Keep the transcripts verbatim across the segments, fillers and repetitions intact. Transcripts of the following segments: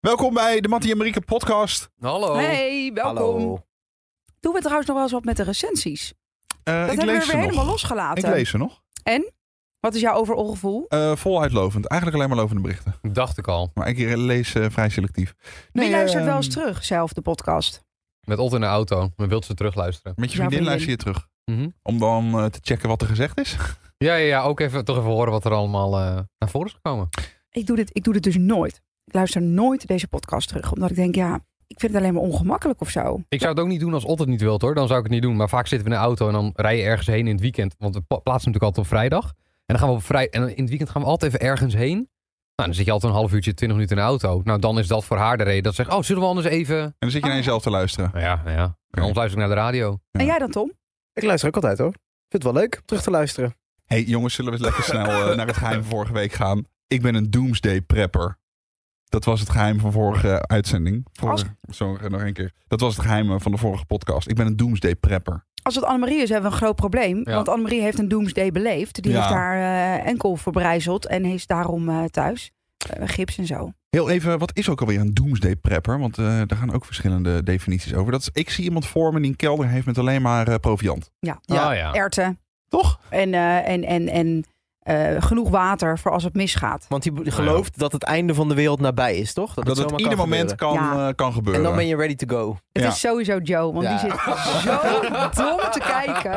Welkom bij de Mattie en Marieke podcast. Hallo. Hey, welkom. Hallo. Doen we trouwens nog wel eens wat met de recensies? Uh, dat ik hebben lees we weer ze helemaal nog. losgelaten. Ik lees ze nog. En? Wat is jouw overal gevoel? Uh, voluit lovend. Eigenlijk alleen maar lovende berichten. Dacht ik al. Maar ik lees uh, vrij selectief. Nee, Wie luistert uh, wel eens terug, zelf, de podcast? Met Ot in de auto. Maar wilt ze terugluisteren? Met je vriendin, vriendin. luister je terug. Mm-hmm. Om dan uh, te checken wat er gezegd is? Ja, ja, ja. Ook even, toch even horen wat er allemaal uh, naar voren is gekomen. Ik doe, dit, ik doe dit dus nooit. Ik luister nooit deze podcast terug. Omdat ik denk, ja, ik vind het alleen maar ongemakkelijk of zo. Ik zou het ook niet doen als Ot het niet wilt, hoor. Dan zou ik het niet doen. Maar vaak zitten we in de auto en dan rij je ergens heen in het weekend. Want we plaatsen natuurlijk altijd op vrijdag. En dan gaan we op vrij... En in het weekend gaan we altijd even ergens heen. Nou, dan zit je altijd een half uurtje, twintig minuten in de auto. Nou, dan is dat voor haar de reden dat ze zegt, oh, zullen we anders even... En dan zit je naar jezelf te luisteren. Nou ja, nou ja. En anders luister ik naar de radio. Ja. En jij dan, Tom? Ik luister ook altijd, hoor. Ik vind het wel leuk om terug te luisteren. Hey jongens, zullen we eens lekker snel uh, naar het geheim van vorige week gaan? Ik ben een doomsday prepper. Dat was het geheim van vorige uitzending. Vorige, Als... Sorry, nog een keer. Dat was het geheim van de vorige podcast. Ik ben een doomsday prepper. Als het Annemarie is, hebben we een groot probleem. Ja. Want Annemarie heeft een doomsday beleefd. Die ja. heeft haar uh, enkel verbrijzeld en is daarom uh, thuis. Uh, gips en zo. Heel even, wat is ook alweer een doomsday prepper? Want uh, daar gaan ook verschillende definities over. Dat is, ik zie iemand voor me die een kelder heeft met alleen maar uh, proviant. Ja, ja. Oh, ja. Erwten. Toch? En, uh, en, en, en uh, genoeg water voor als het misgaat. Want die gelooft ja. dat het einde van de wereld nabij is, toch? Dat, dat het, het ieder kan moment kan, ja. uh, kan gebeuren. En dan ben je ready to go. Het ja. is sowieso Joe, want ja. die zit zo dom te kijken.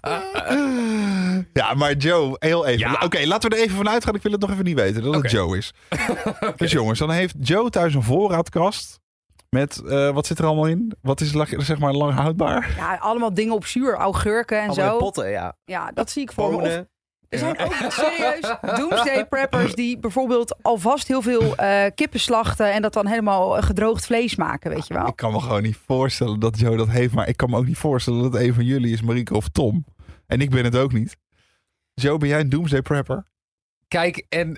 Ja, maar Joe, heel even. Ja. Oké, okay, laten we er even vanuit gaan. Ik wil het nog even niet weten dat okay. het Joe is. Okay. Dus jongens, dan heeft Joe thuis een voorraadkast. Met, uh, wat zit er allemaal in? Wat is zeg maar lang houdbaar? Ja, allemaal dingen op zuur. Augurken en allemaal zo. potten, ja. Ja, dat zie ik voor me. Of, er zijn ja. ook serieus doomsday preppers die bijvoorbeeld alvast heel veel uh, kippen slachten en dat dan helemaal gedroogd vlees maken, weet je wel. Ik kan me gewoon niet voorstellen dat Joe dat heeft, maar ik kan me ook niet voorstellen dat een van jullie is Marieke of Tom. En ik ben het ook niet. Joe, ben jij een doomsday prepper? Kijk, en...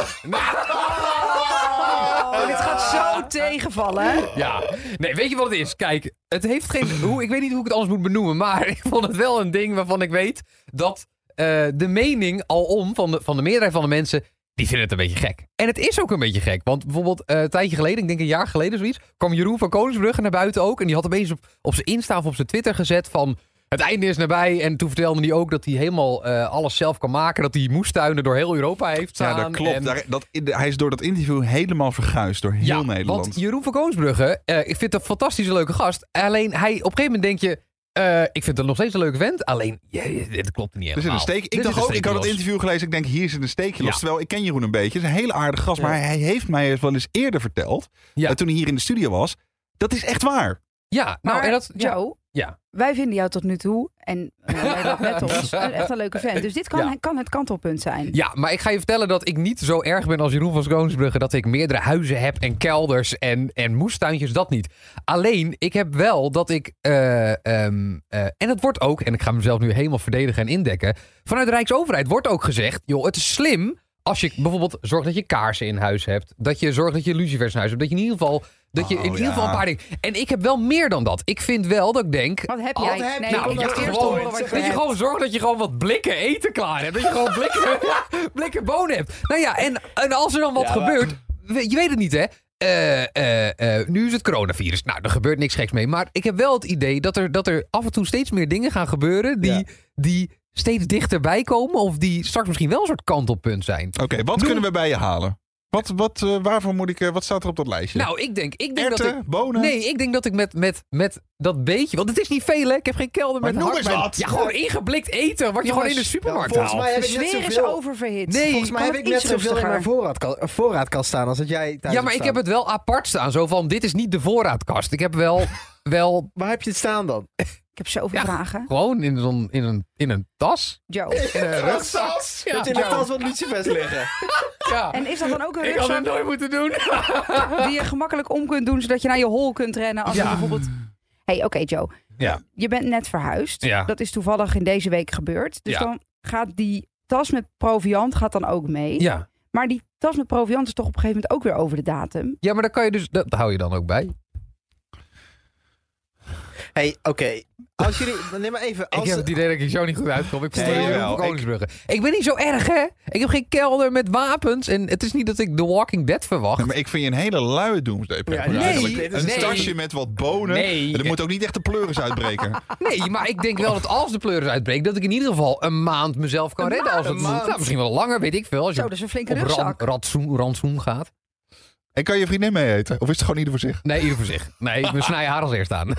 Oh, dit gaat zo tegenvallen, hè? Ja. Nee, weet je wat het is? Kijk, het heeft geen... Hoe, ik weet niet hoe ik het anders moet benoemen, maar ik vond het wel een ding waarvan ik weet dat uh, de mening alom van de, van de meerderheid van de mensen, die vinden het een beetje gek. En het is ook een beetje gek, want bijvoorbeeld uh, een tijdje geleden, ik denk een jaar geleden zoiets, kwam Jeroen van Koningsbrugge naar buiten ook en die had opeens op, op zijn Insta of op zijn Twitter gezet van... Het einde is nabij en toen vertelde hij ook dat hij helemaal uh, alles zelf kan maken. Dat hij moestuinen door heel Europa heeft staan. Ja, dat klopt. En... Daar, dat, hij is door dat interview helemaal verguisd door heel ja, Nederland. Want Jeroen van Koningsbrugge, uh, ik vind het een fantastische leuke gast. Alleen hij, op een gegeven moment denk je, uh, ik vind het nog steeds een leuke vent. Alleen, yeah, dit klopt niet helemaal. Er zit een steek. Ik dit dacht ook, ik had het interview gelezen. Ik denk, hier zit een steekje los. Ja. Terwijl ik ken Jeroen een beetje. Het is een hele aardige gast. Ja. Maar hij heeft mij wel eens eerder verteld, ja. uh, toen hij hier in de studio was. Dat is echt waar. Ja, nou maar, en dat... Joe... Ja. Wij vinden jou tot nu toe, en uh, dat met ons, echt een leuke vent. Dus dit kan, ja. kan het kantelpunt zijn. Ja, maar ik ga je vertellen dat ik niet zo erg ben als Jeroen van Koningsbrugge. Dat ik meerdere huizen heb en kelders en, en moestuintjes, dat niet. Alleen, ik heb wel dat ik, uh, um, uh, en dat wordt ook, en ik ga mezelf nu helemaal verdedigen en indekken. Vanuit de Rijksoverheid wordt ook gezegd, joh, het is slim als je bijvoorbeeld zorgt dat je kaarsen in huis hebt. Dat je zorgt dat je lucifers in huis hebt. Dat je in ieder geval... Dat je oh, in ieder geval ja. een paar dingen... En ik heb wel meer dan dat. Ik vind wel dat ik denk... Wat heb jij? Heb nee, nou, ja, gewoon, wat dat je, je gewoon zorgt dat je gewoon wat blikken eten klaar hebt. Dat je gewoon blikken, blikken bonen hebt. Nou ja, en, en als er dan wat ja, gebeurt... Maar... Je weet het niet, hè? Uh, uh, uh, nu is het coronavirus. Nou, er gebeurt niks geks mee. Maar ik heb wel het idee dat er, dat er af en toe steeds meer dingen gaan gebeuren... die... Ja. die steeds dichterbij komen... of die straks misschien wel een soort kantelpunt zijn. Oké, okay, wat Noem... kunnen we bij je halen? Wat, wat, uh, waarvoor moet ik, uh, wat staat er op dat lijstje? Nou, ik denk... Ik denk Erwten, dat ik, bonen? Nee, ik denk dat ik met, met, met dat beetje... Want het is niet veel, hè? Ik heb geen kelder maar met noem eens wat! Ja, gewoon ingeblikt eten. Wat je gewoon in de supermarkt ja, volgens haalt. mij heb de ik net sfeer zoveel... is oververhit. Nee, volgens mij heb ik net zoveel in mijn voorraadkast, voorraadkast staan als dat jij thuis Ja, maar ik heb het wel apart staan. Zo van, dit is niet de voorraadkast. Ik heb wel... wel... Waar heb je het staan dan? Ik heb zoveel ja, vragen. Gewoon in, zo'n, in, een, in een tas. Joe. In een rugzak. Ja. Met in de tas wat lucifers liggen. Ja. En is dat dan ook een rugzak? Ik had het nooit moeten doen. Die je gemakkelijk om kunt doen, zodat je naar je hol kunt rennen. Als ja. je bijvoorbeeld... Hé, hey, oké okay, Joe. Ja. Je bent net verhuisd. Ja. Dat is toevallig in deze week gebeurd. Dus ja. dan gaat die tas met proviant gaat dan ook mee. Ja. Maar die tas met proviant is toch op een gegeven moment ook weer over de datum. Ja, maar daar kan je dus... Dat hou je dan ook bij. Hey, oké. Okay. Als jullie... Neem maar even... Als... Ik heb het idee dat ik zo niet goed uitkom. Ik vond Nee, het heel jawel. veel Koningsbrugge. Ik... ik ben niet zo erg, hè? Ik heb geen kelder met wapens. En het is niet dat ik The Walking Dead verwacht. Nee, maar ik vind je een hele luie doomsday prepper Ja, nee, eigenlijk. dit Een is- tasje nee. met wat bonen. Nee. En er moet ook niet echt de pleuris uitbreken. Nee, maar ik denk wel dat als de pleuris uitbreekt... dat ik in ieder geval een maand mezelf kan Een redden als het Een moet. maand. Nou, misschien wel langer, weet ik veel. Als je Zo, dat is een flinke op ran, rugzak. rantsoen, rantsoen gaat. En kan je vriendin mee eten? Of is het gewoon ieder voor zich? Nee, ieder voor zich. Nee, we snijden haar als eerst aan.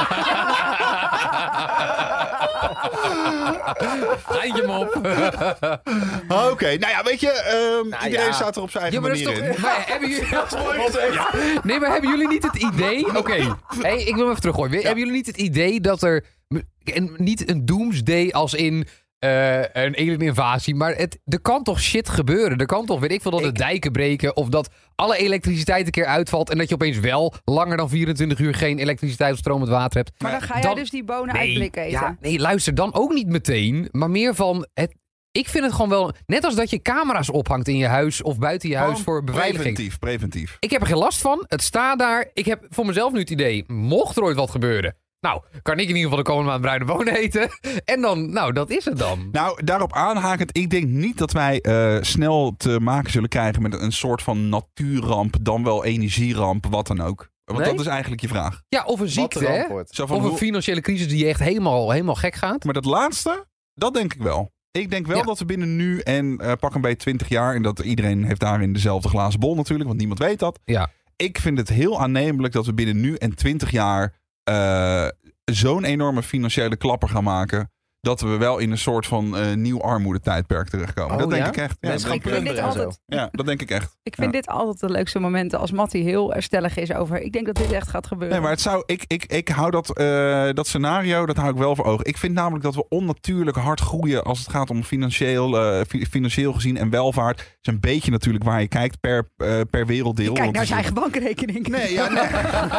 Eindje hem op. Oké, nou ja, weet je, ehm, Nou iedereen ja. staat er op zijn Ja, eigen maar dat is manier toch... in. Maar hebben jullie... Ja. Nee, maar hebben jullie niet het idee... Oké, hey, ik wil hem even teruggooien. Hebben jullie niet het idee dat er... En niet een doomsday als in... Uh, een alien-invasie, maar het, er kan toch shit gebeuren? Er kan toch, weet ik veel, dat de Ik- dijken breken... of dat alle elektriciteit een keer uitvalt... en dat je opeens wel langer dan vierentwintig uur... geen elektriciteit of stromend water hebt. Maar dan ga jij Dan- dus die bonen uitblikken eten. Ja, nee, luister, dan ook niet meteen. Maar meer van... Het, ik vind het gewoon wel... Net als dat je camera's ophangt in je huis... of buiten je huis Gewoon voor beveiliging. Preventief, preventief. Ik heb er geen last van. Het staat daar. Ik heb voor mezelf nu het idee... mocht er ooit wat gebeuren... Nou, kan ik in ieder geval de komende maand bruine bonen eten. En dan, nou, dat is het dan. Nou, daarop aanhakend, ik denk niet dat wij eh, snel te maken zullen krijgen met een soort van natuurramp, dan wel energieramp, wat dan ook. Want Nee? dat is eigenlijk je vraag. Ja, of een ziekte, Wat een hè? ramp wordt. Zo van Of een hoe- financiële crisis die echt helemaal, helemaal gek gaat. Maar dat laatste, dat denk ik wel. Ik denk wel Ja. dat we binnen nu en uh, pak een beetje twintig jaar, en dat iedereen heeft daarin dezelfde glazen bol natuurlijk, want niemand weet dat. Ja. Ik vind het heel aannemelijk dat we binnen nu en twintig jaar uh, zo'n enorme financiële klapper gaan maken, dat we wel in een soort van uh, nieuw armoedetijdperk terechtkomen. Oh, dat denk ja? ik echt. Ja, Mensen dat Ik denk ik, vind dit plunderen en altijd... ja, dat denk ik echt. Ik vind Ja. dit altijd de leukste momenten als Mattie heel stellig is over... Ik denk dat dit echt gaat gebeuren. Nee, maar het zou, ik, ik, ik hou dat, uh, dat scenario, dat hou ik wel voor ogen. Ik vind namelijk dat we onnatuurlijk hard groeien als het gaat om financieel, uh, fi- financieel gezien en welvaart. Het is een beetje natuurlijk waar je kijkt per, uh, per werelddeel. Kijk Want naar het zijn is- eigen bankrekening. Nee, ja, nee.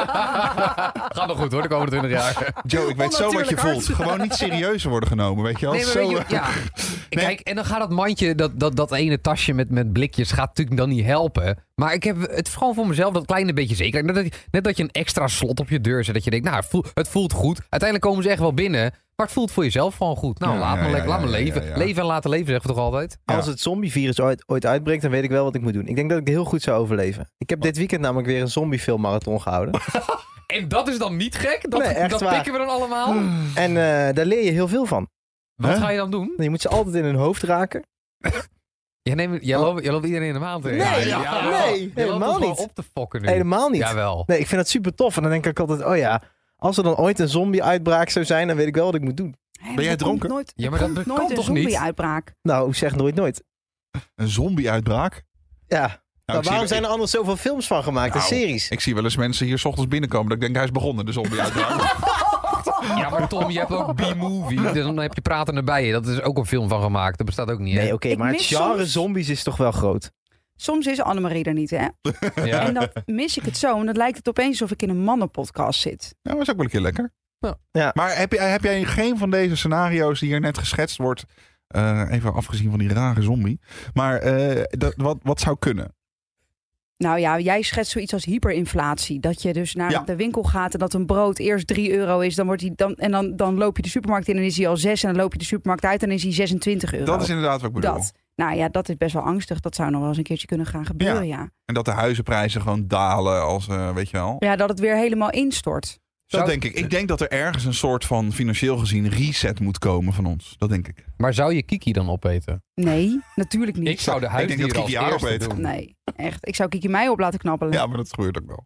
Gaat nog goed hoor, de komende twintig jaar. Joe, ik weet zo wat je Onnatuurlijk voelt. hard. Gewoon niet serieuzer worden genomen, weet je wel? Nee, maar zo, weet je, ja. Nee. Kijk, en dan gaat dat mandje, dat, dat, dat ene tasje met, met blikjes, gaat natuurlijk dan niet helpen. Maar ik heb het gewoon voor mezelf dat kleine beetje zeker. Net dat, je- net dat je een extra slot op je deur zet. Dat je denkt, nou, het voelt, het voelt goed. Uiteindelijk komen ze echt wel binnen. Maar het voelt voor jezelf gewoon goed. Nou, Ja, laat ja, me, ja, lekker, laat ja, me ja, leven. ja, ja. Leven en laten leven, zeggen we toch altijd? Ja. Als het zombievirus ooit, ooit uitbreekt, dan weet ik wel wat ik moet doen. Ik denk dat ik heel goed zou overleven. Ik heb dit weekend namelijk weer een zombiefilmmarathon gehouden. En dat is dan niet gek? Dat, Nee, echt dat waar. pikken we dan allemaal? En uh, daar leer je heel veel van. Wat Huh? ga je dan doen? Je moet ze altijd in hun hoofd raken. Jij, neemt, jij, loopt, jij loopt iedereen in de maand in. Nee, ja, ja, ja, nee, je loopt helemaal ons gewoon niet. op te fokken nu. Helemaal niet. Jawel. Nee, ik vind dat super tof. En dan denk ik altijd, oh ja, als er dan ooit een zombie-uitbraak zou zijn, dan weet ik wel wat ik moet doen. Hè, Ben jij er dronken? komt Nooit, Ja, er maar dat- komt dat nooit kan een toch niet? zombie-uitbraak. Nou, zeg nooit nooit. Een zombie-uitbraak? Ja, Nou, maar ik zie- waarom ik- zijn er anders zoveel films van gemaakt en Nou, series? Ik zie wel eens mensen hier 's ochtends binnenkomen dat ik denk hij is begonnen, de zombie-uitbraak. Ja, maar Tom, je hebt ook B-movie. Dus dan heb je Praten erbij. Dat is ook een film van gemaakt. Dat bestaat ook niet, hè? Nee, oké, Ik maar het mis genre soms- zombies is toch wel groot. Soms is Annemarie er niet, hè? Ja. En dan mis ik het zo. En dan lijkt het opeens alsof ik in een mannenpodcast zit. Ja, maar is ook wel een keer lekker. Ja. Ja. Maar heb, jij, heb jij in geen van deze scenario's die hier net geschetst wordt, uh, even afgezien van die rare zombie, maar uh, dat, wat, wat zou kunnen? Nou ja, jij schetst zoiets als hyperinflatie. Dat je dus naar Ja. de winkel gaat en dat een brood eerst drie euro is. Dan wordt die dan, en dan, dan loop je de supermarkt in en is hij al zes. En dan loop je de supermarkt uit en is hij zesentwintig euro. Dat is inderdaad wat ik bedoel. Dat. Nou ja, dat is best wel angstig. Dat zou nog wel eens een keertje kunnen gaan gebeuren, ja. En dat de huizenprijzen gewoon dalen als, uh, weet je wel. Ja, dat het weer helemaal instort. Dat Zou- denk ik. Ik denk dat er ergens een soort van financieel gezien reset moet komen van ons. Dat denk ik. Maar zou je Kiki dan opeten? Nee, natuurlijk niet. Ik zou de Ik denk huisdieren dat als Kiki haar eerste opeet. doen. Nee, echt. Ik zou Kiki mij op laten knappelen. Ja, maar dat gebeurt ook wel.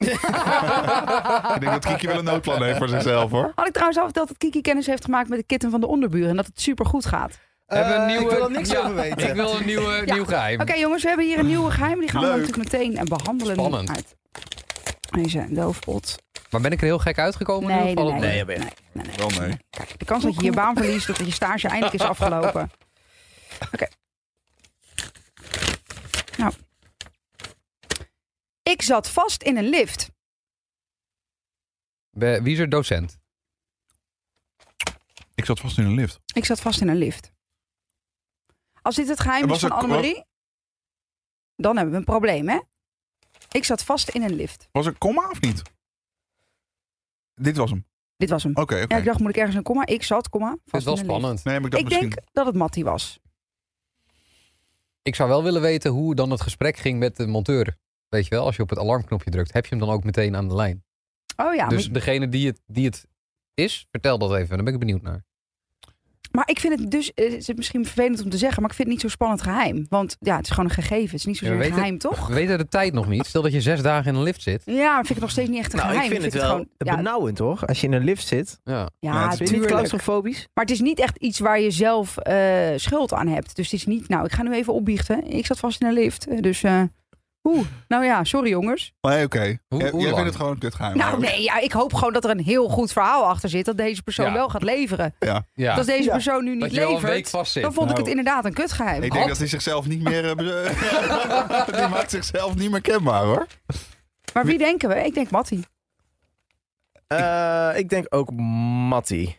Ik denk dat Kiki wel een noodplan heeft voor zichzelf, hoor. Had ik trouwens al verteld dat Kiki kennis heeft gemaakt met de kitten van de onderburen. En dat het super goed gaat. We hebben een Eh, nieuwe... Ik wil er niks Ja, over weten. Ik wil een nieuwe, Ja. nieuw geheim. Oké jongens, we hebben hier een nieuwe geheim. Die gaan we Leuk. natuurlijk meteen eh, behandelen. Spannend. Uit deze doofpot. Maar ben ik er heel gek uitgekomen nu? Nee, Of nee, valt nee. het mee? Nee, ben je- nee, nee, nee. Wel nee. Kijk, de kans dat je je baan verliest, dat je stage eindelijk is afgelopen. Oké. Nou. Ik zat vast in een lift. Be- Wie is er docent? Ik zat vast in een lift. Ik zat vast in een lift. Als dit het geheim En is was van er- Annemarie, dan hebben we een probleem, hè? Ik zat vast in een lift. Was er komma of niet? Dit was hem. Dit was hem. Oké, okay, oké. Okay. Ja, ik dacht, moet ik ergens een komma? Ik zat, komma. Het is wel spannend. Nee, maar ik dacht ik misschien... denk dat het Mattie was. Ik zou wel willen weten hoe dan het gesprek ging met de monteur. Weet je wel, als je op het alarmknopje drukt, heb je hem dan ook meteen aan de lijn. Oh ja. Dus maar... degene die het, die het is, vertel dat even. Daar ben ik benieuwd naar. Maar ik vind het dus, het is misschien vervelend om te zeggen, maar ik vind het niet zo spannend geheim. Want ja, het is gewoon een gegeven. Het is niet zozeer Ja, een geheim, toch? We weten de tijd nog niet. Stel dat je zes dagen in een lift zit. Ja, maar vind ik het nog steeds niet echt een Nou, geheim. ik vind het wel gewoon, ja, benauwend, hoor. Als je in een lift zit. Ja. Ja, Ja, het is Ben je niet tuurlijk. claustrofobisch? Maar het is niet echt iets waar je zelf uh, schuld aan hebt. Dus het is niet, nou, ik ga nu even opbiechten. Ik zat vast in een lift. Dus, uh, oeh, nou ja, sorry jongens. Nee, oké. Okay. Hoe- Jij, hoe jij lang? vindt het gewoon een kutgeheim. Nou hoor. nee, ja, ik hoop gewoon dat er een heel goed verhaal achter zit. Dat deze persoon Ja. wel gaat leveren. Ja. Ja. Want als deze Ja. persoon nu niet Dat je wel een week levert, vast zit. dan vond ik Nou, het inderdaad een kutgeheim. Ik denk Had- dat hij zichzelf niet meer... Uh, die maakt zichzelf niet meer kenbaar, hoor. Maar wie denken we? Ik denk Mattie. Uh, ik denk ook Mattie.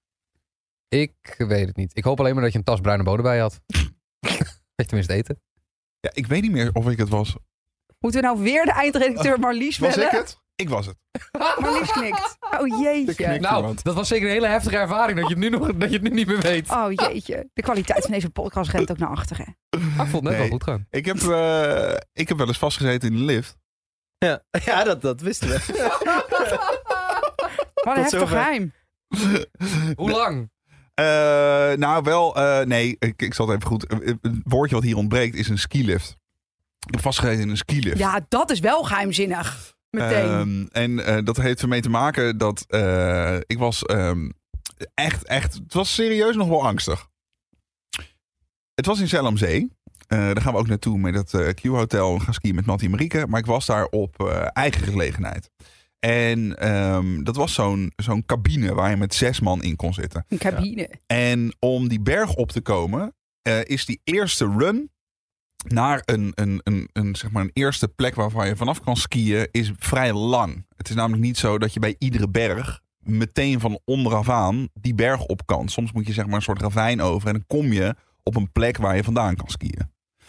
Ik weet het niet. Ik hoop alleen maar dat je een tas bruine boter bij had. Dat je tenminste eten. Ja, ik weet niet meer of ik het was. Moeten we nou weer de eindredacteur Marlies Was bellen? ik het? Ik was het. Marlies knikt. Oh Ik jeetje. knik. Nou, iemand. dat was zeker een hele heftige ervaring dat je het nu, nog, dat je het nu niet meer weet. Oh jeetje. De kwaliteit van deze podcast rent ook naar achteren. Ah, ik vond het net Nee. wel goed gaan. Ik heb, uh, ik heb wel eens vastgezeten in de lift. Ja, ja dat, dat wisten we. Wat een Tot heftig zover. geheim. Hoe lang? Uh, nou, wel... Uh, nee, ik, ik zal het even goed... Uh, het woordje wat hier ontbreekt is een skilift. Ik heb vastgezeten in een skilift. Ja, dat is wel geheimzinnig. Meteen. Um, en uh, dat heeft ermee te maken dat uh, ik was um, echt, echt... Het was serieus nog wel angstig. Het was in Zell am Zee. Uh, daar gaan we ook naartoe met het uh, Q-hotel. We gaan skiën met Mattie en Marieke. Maar ik was daar op uh, eigen gelegenheid. En um, dat was zo'n, zo'n cabine waar je met zes man in kon zitten. Een cabine. En om die berg op te komen, uh, is die eerste run naar een, een, een, een, zeg maar een eerste plek waarvan je vanaf kan skiën, is vrij lang. Het is namelijk niet zo dat je bij iedere berg meteen van onderaf aan die berg op kan. Soms moet je zeg maar een soort ravijn over en dan kom je op een plek waar je vandaan kan skiën.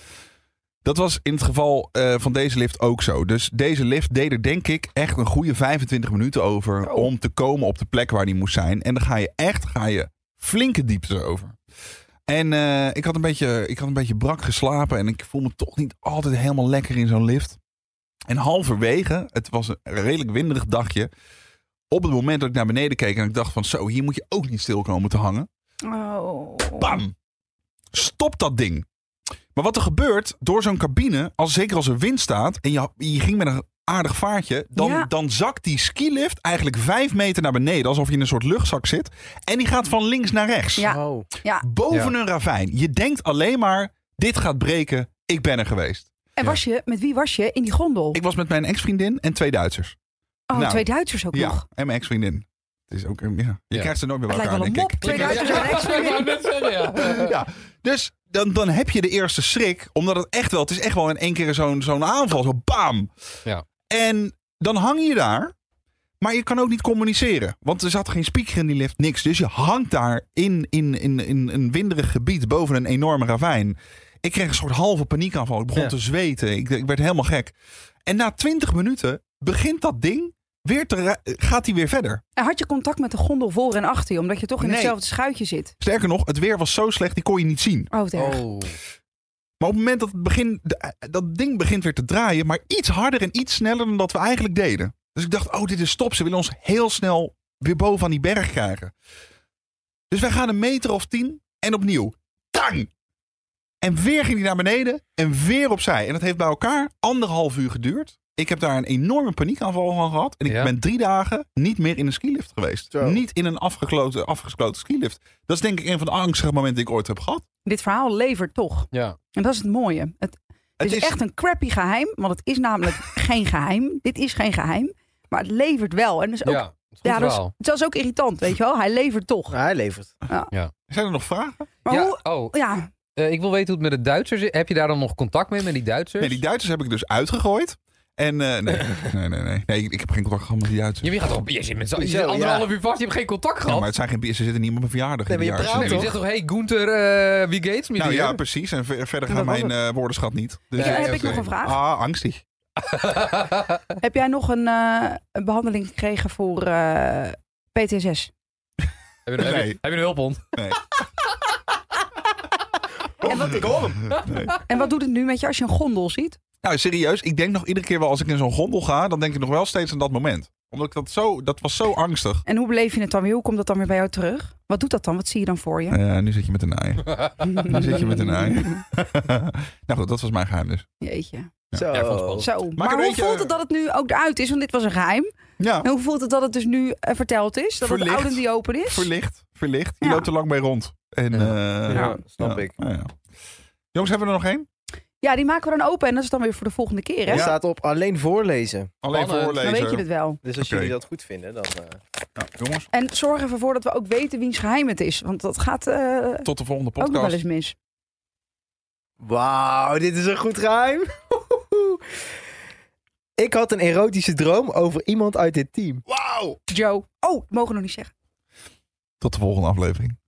Dat was in het geval uh, van deze lift ook zo. Dus deze lift deed er denk ik echt een goede vijfentwintig minuten over Oh. om te komen op de plek waar die moest zijn. En dan ga je echt ga je flinke diepte over. En uh, ik, had een beetje, ik had een beetje brak geslapen en ik voel me toch niet altijd helemaal lekker in zo'n lift. En halverwege, het was een redelijk winderig dagje, op het moment dat ik naar beneden keek en ik dacht van zo, hier moet je ook niet stil komen te hangen. Oh. Bam! Stop dat ding. Maar wat er gebeurt door zo'n cabine, als, zeker als er wind staat en je, je ging met een aardig vaartje, dan, Ja. dan zakt die skilift eigenlijk vijf meter naar beneden, alsof je in een soort luchtzak zit. En die gaat van links naar rechts. Ja. Oh. Ja. Boven Ja. een ravijn. Je denkt alleen maar, dit gaat breken, ik ben er geweest. En was je, met wie was je in die gondel? Ik was met mijn ex-vriendin en twee Duitsers. oh, nou, twee Duitsers ook Ja, nog. en mijn ex-vriendin. Het is ook, een- ja. Je Ja. krijgt ze nooit meer Het bij lijkt wel elkaar, een denk mop. ik. Twee Duitsers en een ex-vriendin. Ik wou net zeggen, ja. Ja, dus dan, dan heb je de eerste schrik. Omdat het echt wel, het is echt wel in één keer zo'n zo'n aanval. Zo bam. Ja. En dan hang je daar. Maar je kan ook niet communiceren. Want er zat geen speaker in die lift, niks. Dus je hangt daar in, in, in, in een winderig gebied boven een enorme ravijn. Ik kreeg een soort halve paniekaanval. Ik begon Ja. te zweten. Ik, ik werd helemaal gek. En na twintig minuten begint dat ding weer te ra- gaat hij weer verder. En had je contact met de gondel voor en achter je, omdat je toch in Nee. hetzelfde schuitje zit? Sterker nog, het weer was zo slecht, die kon je niet zien. Oh, wat erg. Oh. Maar op het moment dat, het begin, de- dat ding begint weer te draaien, maar iets harder en iets sneller dan dat we eigenlijk deden. Dus ik dacht, oh, dit is stop. Ze willen ons heel snel weer boven aan die berg krijgen. Dus wij gaan een meter of tien en opnieuw. Tang! En weer ging hij naar beneden en weer opzij. En dat heeft bij elkaar anderhalf uur geduurd. Ik heb daar een enorme paniekaanval van gehad. En ik Ja. ben drie dagen niet meer in een skilift geweest. Zo. Niet in een afgesloten, afgesloten skilift. Dat is denk ik een van de angstige momenten die ik ooit heb gehad. Dit verhaal levert toch. Ja. En dat is het mooie. Het, het is, echt een crappy geheim, want het is namelijk geen geheim. Dit is geen geheim, maar het levert wel. En dus ook, Ja, ja, het is een goed dat is, verhaal. dat is ook irritant, weet je wel. Hij levert toch. Ja, hij levert. Zijn er nog vragen? Maar Ja, hoe, oh, ja, eh, ik wil weten hoe het met de Duitsers is. Heb je daar dan nog contact mee met die Duitsers? Nee, die Duitsers heb ik dus uitgegooid. En uh, nee, nee, nee, nee. nee ik, ik heb geen contact gehad met die Duitsers. Ja, wie gaat toch, je zit met z'n je zit Zo, anderhalf ja. uur vast, je hebt geen contact Ja, gehad. maar het zijn geen, ze zitten niet op mijn verjaardag. Nee, in maar die je jaren. praat Nee, toch? je zegt toch, hey Gunther, uh, wie gates me Nou hier? ja, precies. En ver- verder gaat Dat was mijn uh, woordenschat niet. Dus Ja, Nee, heb ik oké. nog een vraag. Ah, angstig. Heb jij nog een, uh, een behandeling gekregen voor uh, P T S S. Heb je, heb, je, Nee. heb je een hulphond? Nee. En wat, nee. en wat doet het nu met je als je een gondel ziet? Nou, serieus. Ik denk nog iedere keer wel als ik in zo'n gondel ga, dan denk ik nog wel steeds aan dat moment. Omdat ik dat zo, dat was zo angstig. En hoe beleef je het dan weer? Hoe komt dat dan weer bij jou terug? Wat doet dat dan? Wat zie je dan voor je? Ja, nu zit je met een naaien. Nu zit je met een naaien. Nou goed, dat was mijn geheim dus. Jeetje. Zo. Ja, ik vond het spannend. Zo. Maar een hoe beetje- voelt het dat het nu ook eruit is? Want dit was een geheim. Ja, En hoe voelt het dat het dus nu eh, verteld is? Dat Verlicht. het oud en die open is? verlicht. Verlicht. Je Ja. loopt er lang mee rond. En, Ja. eh, Ja, snap ja, ik. nou ja. Jongens, hebben we er nog één? Ja, die maken we dan open en dat is dan weer voor de volgende keer. Hè? Er Ja. staat op alleen voorlezen. Alleen Spannend. voorlezen. Dan weet je het wel. Dus als Oké. jullie dat goed vinden, dan... eh, Nou, jongens, En zorg even voor dat we ook weten wiens geheim het is. Want dat gaat eh, tot de volgende ook nog wel podcast. eens mis. Wauw, dit is een goed geheim. Ik had een erotische droom over iemand uit dit team. Wauw! Joe. Oh, dat mogen we nog niet zeggen. Tot de volgende aflevering.